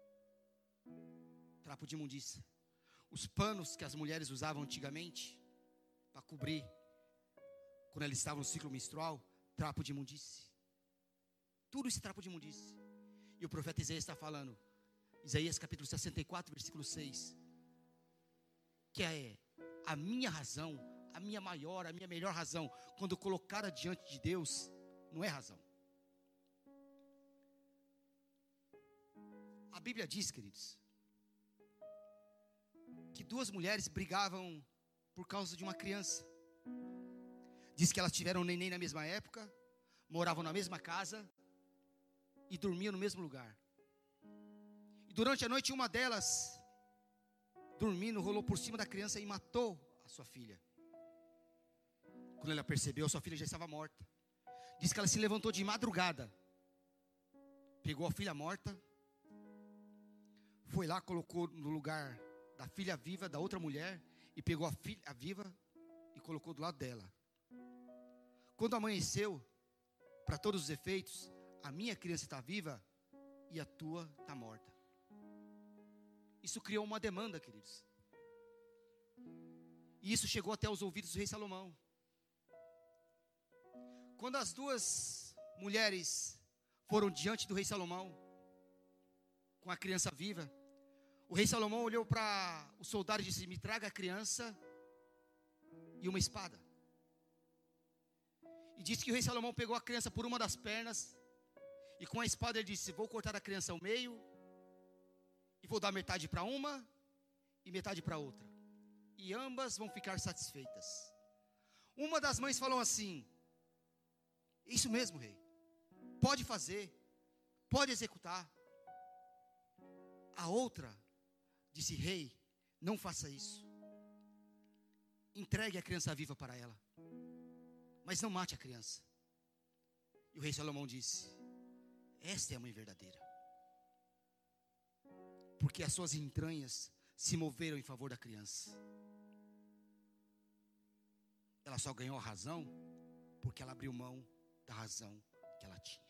trapo de imundícia. Os panos que as mulheres usavam antigamente, para cobrir, quando elas estavam no ciclo menstrual, trapo de imundície. Tudo isso é trapo de imundície. E o profeta Isaías está falando, Isaías capítulo 64, versículo 6, que é a minha razão, a minha maior, a minha melhor razão, quando colocada diante de Deus, não é razão. A Bíblia diz, queridos, que duas mulheres brigavam por causa de uma criança. Diz que elas tiveram um neném na mesma época, moravam na mesma casa e dormiam no mesmo lugar. E durante a noite uma delas, dormindo, rolou por cima da criança e matou a sua filha. Quando ela percebeu, sua filha já estava morta. Diz que ela se levantou de madrugada, pegou a filha morta, foi lá, colocou no lugar da filha viva da outra mulher, e pegou a filha viva e colocou do lado dela. Quando amanheceu, para todos os efeitos, a minha criança está viva e a tua está morta. Isso criou uma demanda, queridos. E isso chegou até os ouvidos do rei Salomão. Quando as duas mulheres foram diante do rei Salomão, com a criança viva, o rei Salomão olhou para o soldado e disse, me traga a criança e uma espada. E disse que o rei Salomão pegou a criança por uma das pernas, e com a espada ele disse, vou cortar a criança ao meio, e vou dar metade para uma, e metade para outra, e ambas vão ficar satisfeitas. Uma das mães falou assim, isso mesmo, rei, pode fazer, pode executar. A outra disse, rei, não faça isso, entregue a criança viva para ela, mas não mate a criança. E o rei Salomão disse, esta é a mãe verdadeira, porque as suas entranhas se moveram em favor da criança. Ela só ganhou a razão porque ela abriu mão da razão que ela tinha.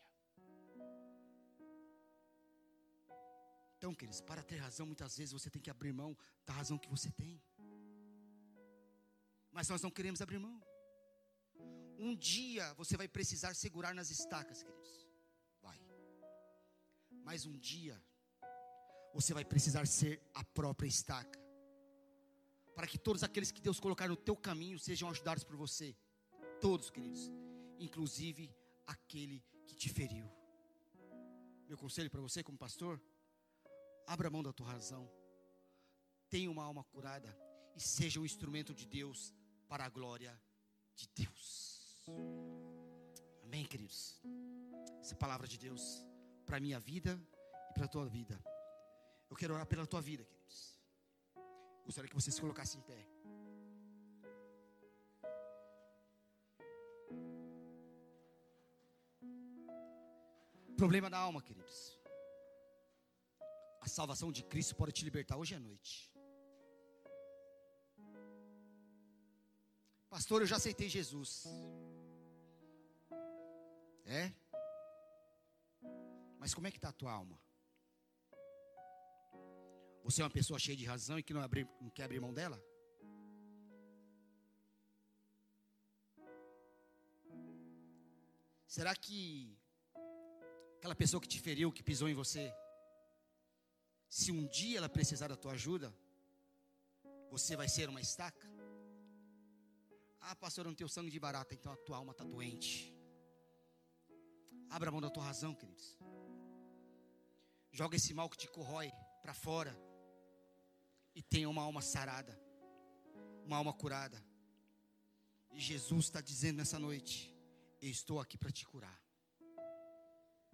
Então, queridos, para ter razão, muitas vezes você tem que abrir mão da razão que você tem. Mas nós não queremos abrir mão. Um dia você vai precisar segurar nas estacas, queridos. Vai. Mas um dia você vai precisar ser a própria estaca, para que todos aqueles que Deus colocar no teu caminho sejam ajudados por você. Todos, queridos, inclusive aquele que te feriu. Meu conselho para você como pastor, abra mão da tua razão, tenha uma alma curada e seja um instrumento de Deus para a glória de Deus. Amém, queridos? Essa é a palavra de Deus para a minha vida e para a tua vida. Eu quero orar pela tua vida, queridos. Gostaria que você se colocasse em pé. Problema da alma, queridos. A salvação de Cristo pode te libertar hoje à noite. Pastor, eu já aceitei Jesus. É? Mas como é que está a tua alma? Você é uma pessoa cheia de razão e que não quer abrir mão dela? Será que aquela pessoa que te feriu, que pisou em você, se um dia ela precisar da tua ajuda, você vai ser uma estaca? Ah, pastor, eu não tenho sangue de barata, então a tua alma está doente. Abra a mão da tua razão, queridos. Joga esse mal que te corrói para fora. E tenha uma alma sarada. Uma alma curada. E Jesus está dizendo nessa noite: eu estou aqui para te curar.